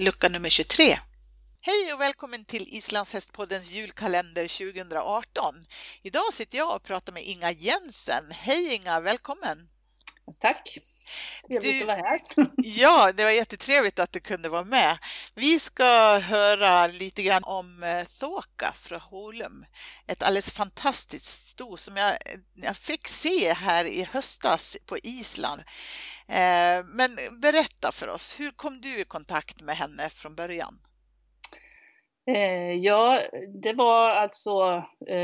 lucka nummer 23. Hej och välkommen till Islandshästpoddens julkalender 2018. Idag sitter jag och pratar med Inga Jensen. Hej Inga, välkommen! Tack! Trevligt att vara här. Ja, det var jättetrevligt att du kunde vara med. Vi ska höra lite grann om Thåka från Holum. Ett alldeles fantastiskt sto som jag fick se här i höstas på Island. Men berätta för oss, hur kom du i kontakt med henne från början? Ja, det var alltså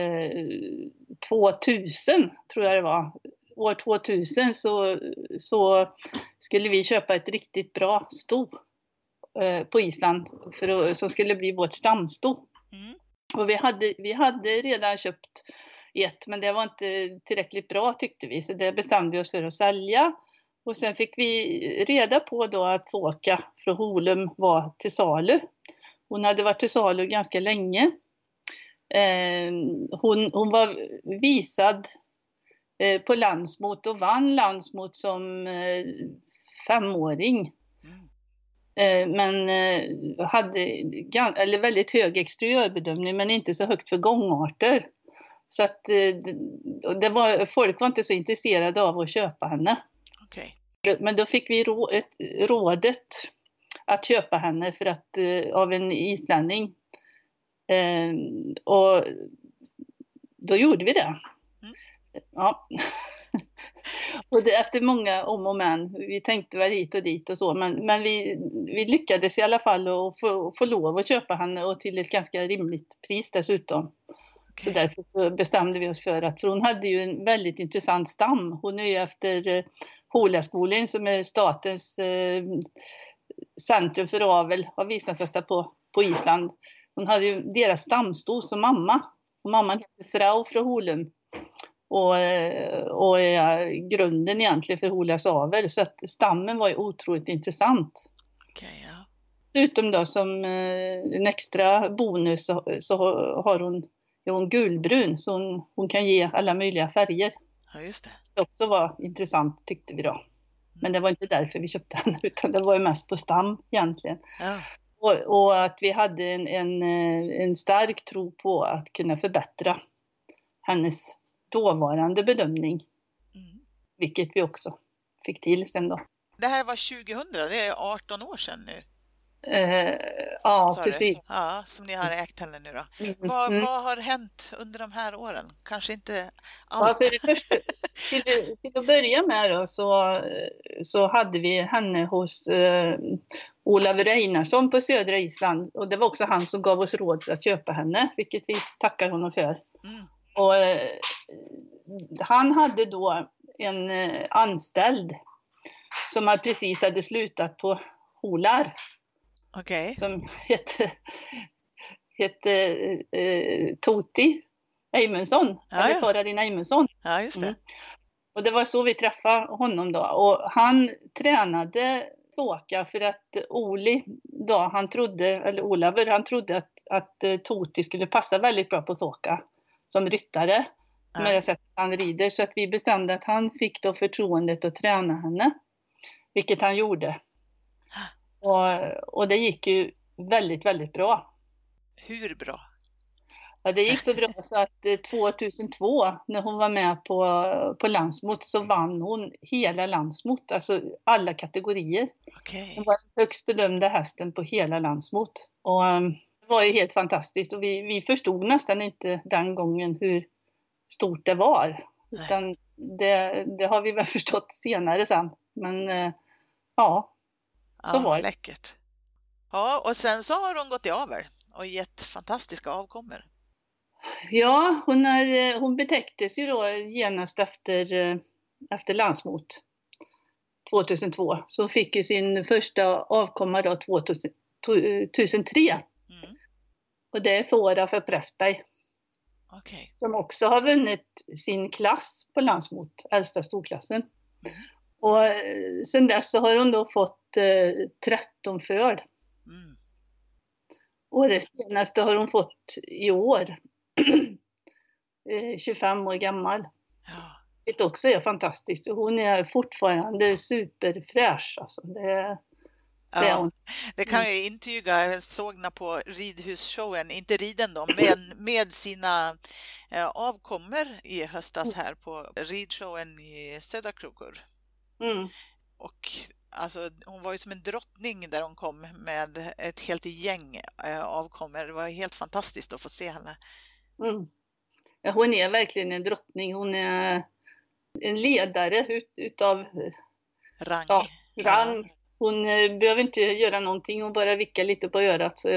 2000 tror jag det var. År 2000 så skulle vi köpa ett riktigt bra sto på Island som skulle bli vårt stamsto. Mm. Och vi hade redan köpt ett, men det var inte tillräckligt bra tyckte vi, så det bestämde vi oss för att sälja. Och sen fick vi reda på då att Thåka från Holum var till salu. Hon hade varit till salu ganska länge. Hon var visad på landsmot och vann landsmot som 5-åring. Men hade väldigt hög exteriörbedömning men inte så högt för gångarter. Så att folk var inte så intresserade av att köpa henne. Okay. Men då fick vi rådet att köpa henne av en islänning. Och då gjorde vi det. Mm. Ja. Och efter många om och men, vi tänkte väl hit och dit och så, men vi lyckades i alla fall att få lov att köpa henne och till ett ganska rimligt pris dessutom. Okay. Så därför bestämde vi oss för hon hade ju en väldigt intressant stam. Hon är ju efter Hólaskólinn som är statens centrum för avel av vislandshästar på Island. Hon hade ju deras stamsto som mamma. Och mamman heter Frau från Holum. Och är grunden egentligen för Hólas avel. Så att stammen var ju otroligt intressant. Okay, ja. Dessutom då som en extra bonus så är hon gulbrun. Så hon kan ge alla möjliga färger. Ja, just det. Det också var intressant tyckte vi då. Men det var inte därför vi köpte henne, utan det var ju mest på stam egentligen. Ja. Och att vi hade en stark tro på att kunna förbättra hennes dåvarande bedömning. Mm. Vilket vi också fick till sen då. Det här var 2000, det är 18 år sedan nu. Ja, precis. Ja, som ni har ägt henne nu då. Mm. Vad har hänt under de här åren? Kanske inte allt. Ja, för det första, till att börja med då, så hade vi henne hos Olav Reinarsson på södra Island. Och det var också han som gav oss råd att köpa henne, vilket vi tackar honom för. Mm. Och han hade då en anställd som precis hade slutat på Holar. Okay. Som hette Toti Eimundson. Ja, eller Torradin Eimundson. Ja, just det. Mm. Och det var så vi träffade honom då. Och han tränade Thåka för att Oli då, Olaver, han trodde att Toti skulle passa väldigt bra på Thåka som ryttare. Ja. Med det sättet han rider. Så att vi bestämde att han fick då förtroendet att träna henne. Vilket han gjorde. Och det gick ju väldigt, väldigt bra. Hur bra? Ja, det gick så bra så att 2002 när hon var med på landsmot så vann hon hela landsmot. Alltså alla kategorier. Okay. Hon var den högst bedömda hästen på hela landsmot. Och det var ju helt fantastiskt. Och vi förstod nästan inte den gången hur stort det var. Nej. Utan det har vi väl förstått senare sen. Men ja. Så var det. Läckert. Ja, och sen så har hon gått i avel och gett fantastiska avkommor. Ja, hon betäcktes ju då genast efter landsmot 2002. Så hon fick ju sin första avkomma då 2003. Mm. Och det är Thora för Pressberg. Okay. Som också har vunnit sin klass på landsmot, äldsta storklassen. Mm. Och sen dess så har hon då fått 13 föl. Mm. Och det senaste har hon fått i år. 25 år gammal. Ja. Det också är fantastiskt. Och hon är fortfarande superfräsch. Alltså Det är Ja, hon. det kan jag intyga. Jag såg henne på ridhusshowen, inte riden då, men med sina avkommor i höstas här på ridshowen i Söderkrokor. Mm. Och alltså, hon var ju som en drottning där hon kom med ett helt gäng avkommor. Det var helt fantastiskt att få se henne. Mm. Ja, hon är verkligen en drottning. Hon är en ledare utav Rang. ja, rang. Ja. Hon behöver inte göra någonting, hon bara vickar lite på örat så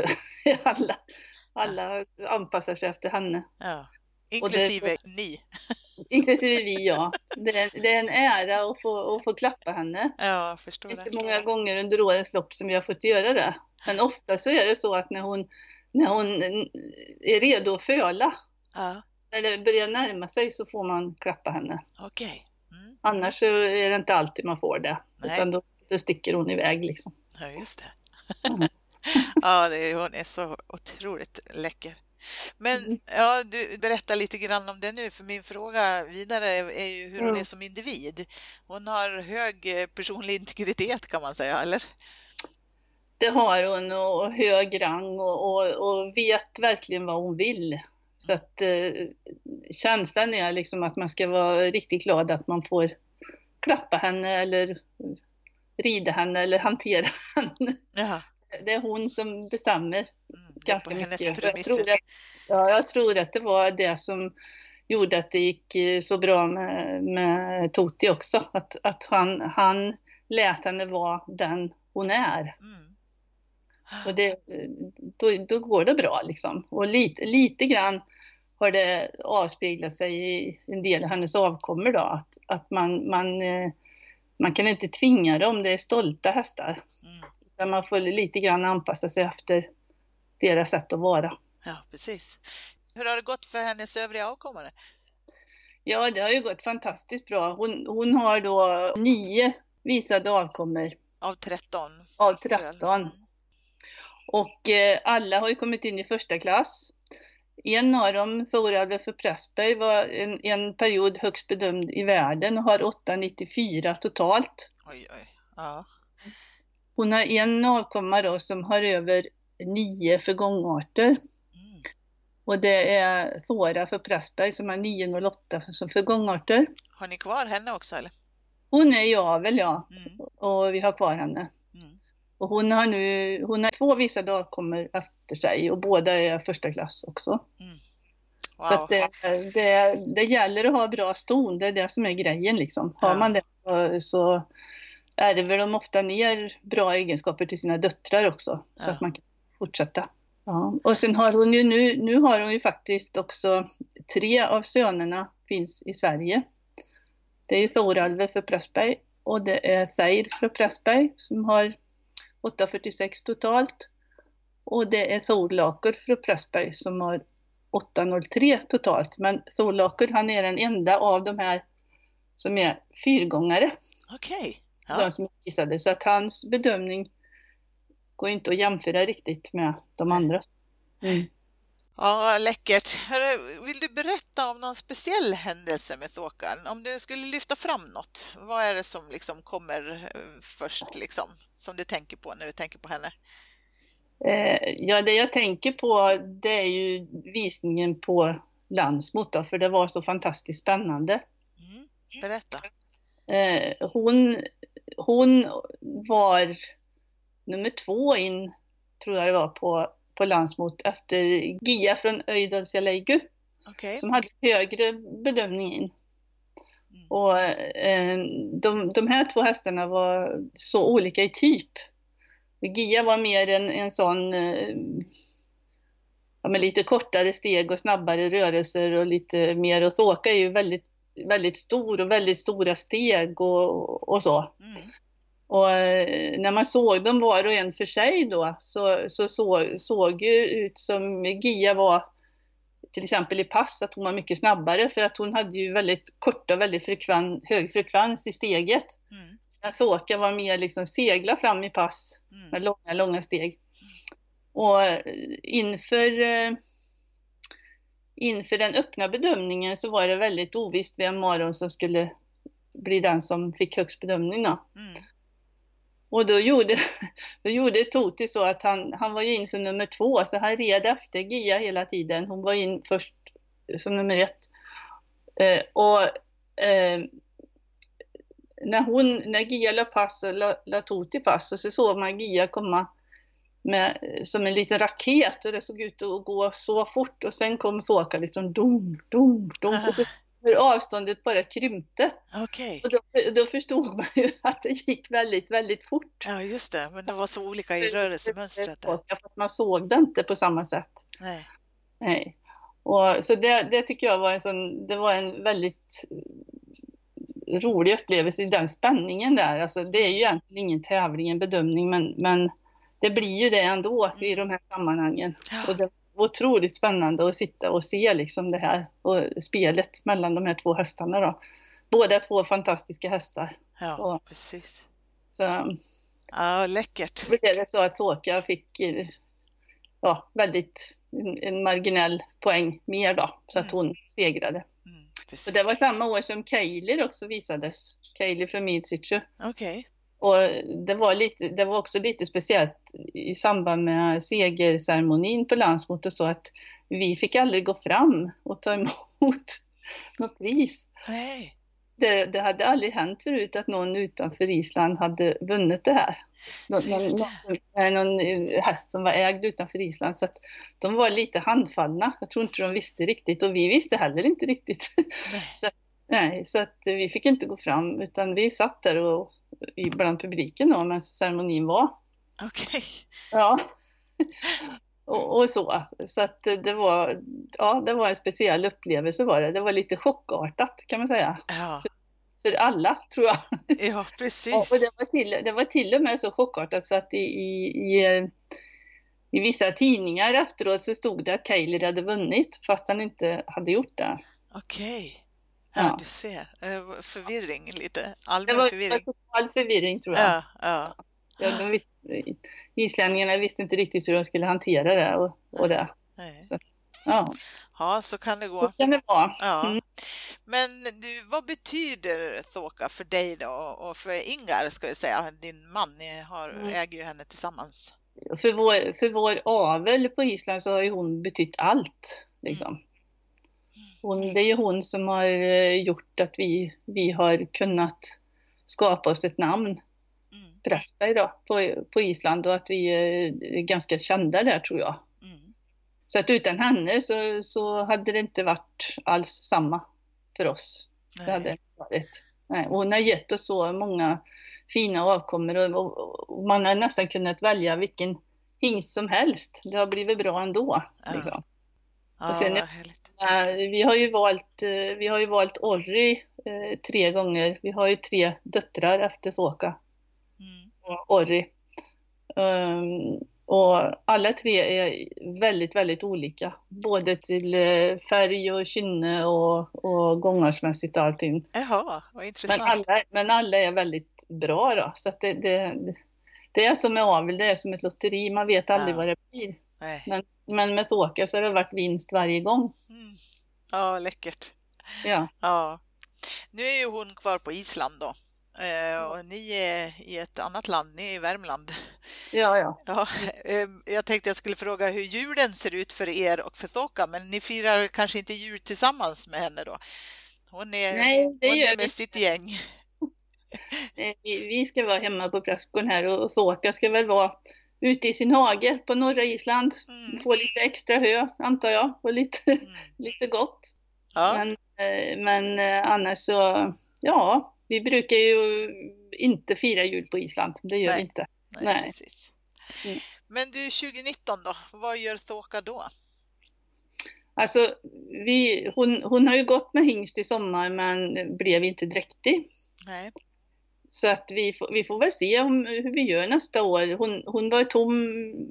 alla anpassar sig efter henne. Ja. Och det, Inklusive ni. inklusive vi, ja. Det är en ära att få klappa henne. Ja, jag förstår Inte det. många gånger under årens lopp som vi har fått göra det. Men ofta så är det så att när hon är redo att föla, Ja, när det börjar närma sig så får man klappa henne. okej. Mm. Annars så är det inte alltid man får det. Nej. Utan då sticker hon iväg liksom. Ja, just det. Mm. Ja, hon är så otroligt läcker. Men ja, du berättar lite grann om det nu, för min fråga vidare är ju hur hon är som individ. Hon har hög personlig integritet kan man säga, eller? Det har hon och hög rang och vet verkligen vad hon vill. Så att känslan är liksom att man ska vara riktigt glad att man får klappa henne eller rida henne eller hantera henne. Jaha. Det är hon som bestämmer ganska på hennes mycket. premisser. Jag tror att det var det som gjorde att det gick så bra med Toti också. Att han lät henne vara den hon är. Mm. Och då går det bra liksom. Och lite grann har det avspeglat sig i en del av hennes avkommor då. Att man kan inte tvinga dem, det är stolta hästar. Mm. Där man får lite grann anpassa sig efter deras sätt att vara. Ja, precis. Hur har det gått för hennes övriga avkommor? Ja, det har ju gått fantastiskt bra. Hon har då 9 visade avkommor. Av 13? Av 13. Mm. Och alla har ju kommit in i första klass. En av dem, Thoralve för Pressberg, var en period högst bedömd i världen och har 8,94 totalt. Oj. Ja. Hon har en avkomma då som har över 9 för gångarter. Mm. Och det är Thora för Pressberg som har 9,08 som för gångarter. Har ni kvar henne också eller? Hon är i avel, ja. Mm. Och vi har kvar henne. Mm. Och hon har 2 visade avkommor efter sig och båda är första klass också. Mm. Wow. Så att det gäller att ha bra ston, det är det som är grejen liksom. Har man det så är det väl de ofta ner bra egenskaper till sina döttrar också. Så att man kan fortsätta. Ja. Och sen har hon ju nu har hon ju faktiskt också 3 av sönerna finns i Sverige. Det är Thoralve för Pressberg och det är Seir för Pressberg som har 8,46 totalt. Och det är Thorlaker för Pressberg som har 8,03 totalt. Men Thorlaker, han är den enda av de här som är 4-gångare. Okej. Ja. De som visade. Så att hans bedömning går inte att jämföra riktigt med de andra. Mm. Ja, läckert. Hörru, vill du berätta om någon speciell händelse med Thåkan? Om du skulle lyfta fram något, vad är det som liksom kommer först liksom, som du tänker på när du tänker på henne? Ja, det jag tänker på det är ju visningen på Landsmot då, för det var så fantastiskt spännande. Mm. Berätta. Hon var nummer 2 in, tror jag det var, på Landsmot efter Gia från Öjdalsjälejgu. Okay. Som hade högre bedömning in. Mm. Och de här 2 hästarna var så olika i typ. Gia var mer en sån med lite kortare steg och snabbare rörelser och lite mer. Och Thåka är ju väldigt, väldigt stor och väldigt stora steg och så. Mm. Och när man såg dem var och en för sig då såg ju ut som Gia var till exempel i pass, att hon var mycket snabbare för att hon hade ju väldigt korta och väldigt hög frekvens i steget. Mm. Thåka var mer liksom segla fram i pass med långa steg. Och inför den öppna bedömningen så var det väldigt ovisst vem av dem som skulle bli den som fick högst bedömning då. Mm. Och då gjorde Toti så att han var ju in som nummer 2, så han red efter Gia hela tiden. Hon var in först som nummer 1. När Gia la pass och la Toti pass, och så såg man Gia komma som en liten raket, och det såg ut att gå så fort, och sen kom Thåka liksom dum, och hur avståndet bara krympte. Okay. Och då förstod man ju att det gick väldigt, väldigt fort. Ja, just det. Men det var så olika i rörelsemönstret där. Fast man såg det inte på samma sätt. Nej. Och så det tycker jag var en väldigt rolig upplevelse i den spänningen där. Alltså, det är ju egentligen ingen tävling, en bedömning, men det blir ju det ändå i de här sammanhangen. Ja. Och det var otroligt spännande att sitta och se liksom det här och spelet mellan de här 2 hästarna då. Båda 2 fantastiska hästar. Ja, precis. Så, ja, läckert. Så blev det så att Thåka fick väldigt en marginell poäng mer då, så att hon segrade. Så det var samma år som Keilir också visades. Keilir från Midsichu. Okej. Och det var också lite speciellt i samband med segerceremonin på landsmötet, så att vi fick aldrig gå fram och ta emot något pris. Nej. Det hade aldrig hänt förut att någon utanför Island hade vunnit det här. Någon häst som var ägd utanför Island, så att de var lite handfallna. Jag tror inte de visste riktigt, och vi visste heller inte riktigt. Så att vi fick inte gå fram, utan vi satt där och bland publiken då, medan ceremonin var. Okej. Ja. och så att det var en speciell upplevelse var det. Det var lite chockartat kan man säga. Ja. För alla, tror jag. Ja, precis. Och det var till och med så chockartat så att i vissa tidningar efteråt så stod det att Keilir hade vunnit, fast han inte hade gjort det. Okej. Ja, du ser. Förvirring lite. Allmän förvirring. Det var total förvirring, tror jag. Ja. Islänningarna visste inte riktigt hur de skulle hantera det och det. Nej. Så, ja, så kan det gå. Så kan det vara. Ja. Mm. Men vad betyder Thåka för dig då, och för Ingar, ska vi säga, din man? Ni äger ju henne tillsammans. För vår avel på Island så har ju hon betytt allt, liksom. Det är ju hon som har gjort att vi har kunnat skapa oss ett namn, Pressberg då, på Island, och att vi är ganska kända där, tror jag. Så att utan henne så hade det inte varit alls samma för oss. Nej. Det hade det varit. Nej. Och hon har gett oss så många fina avkommor, och man har nästan kunnat välja vilken hingst som helst. Det har blivit bra ändå. Liksom. Ja, och sen, vi har ju valt Orri 3 gånger. Vi har ju 3 döttrar efter Thåka. Och Orri. Och alla 3 är väldigt, väldigt olika. Både till färg och kynne och gångarsmässigt och allting. Jaha, vad intressant. Men alla är väldigt bra då. Så att det är som med avel, det är som ett lotteri. Man vet aldrig vad det blir. Men med Thåka så har det varit vinst varje gång. Ja, läckert. Ja. Nu är ju hon kvar på Island då. Och ni är i ett annat land, ni är i Värmland. Ja. Jag tänkte jag skulle fråga hur julen ser ut för er och för Thåka, men ni firar kanske inte jul tillsammans med henne då? Hon är med sitt gäng. Vi ska vara hemma på Prästgården här, och Thåka ska väl vara ute i sin hage på norra Island. Få lite extra hö, antar jag, och lite gott. Ja. Men annars så, vi brukar ju inte fira jul på Island. Det gör vi inte. Nej. Precis. Men du, 2019 då? Vad gör Thåka då? Alltså, hon har ju gått med hingst i sommar, men blev inte dräktig. Nej. Så att vi får väl se hur vi gör nästa år. Hon var tom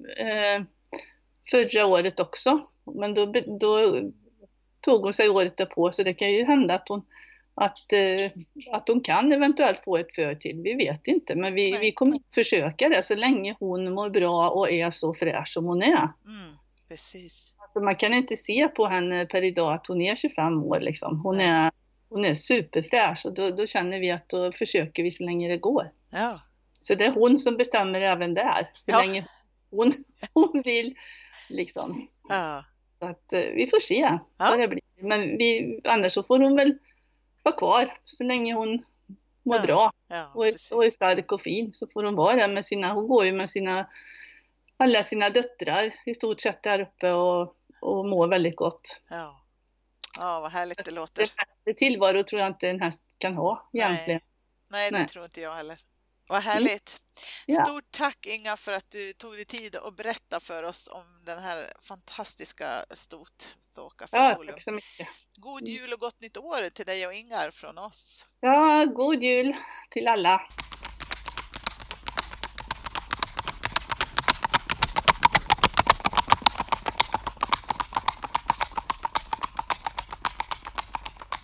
förra året också. Men då tog hon sig året därpå, så det kan ju hända att hon kan eventuellt få ett för till. Vi vet inte, men vi kommer att försöka det så länge hon mår bra och är så fräsch som hon är. Precis. Alltså man kan inte se på henne per idag att hon är 25 år liksom. Hon är superfräsch, och då känner vi att då försöker vi så länge det går. Ja. Så det är hon som bestämmer även där, hur Ja. länge hon vill liksom. Ja. Så att vi får se vad det blir. Men annars så får hon väl vara kvar så länge hon mår bra och är stark och fin, så får hon vara där med hon går ju med alla sina döttrar i stort sett där uppe och mår väldigt gott. Ja, vad härligt det låter. Det tillvaro tror jag inte en häst kan ha egentligen. Nej, det tror inte jag heller. Vad härligt. Stort tack Inga för att du tog dig tid att berätta för oss om den här fantastiska Thåka från Holum. Tack så mycket. God jul och gott nytt år till dig och Ingar från oss. Ja, god jul till alla.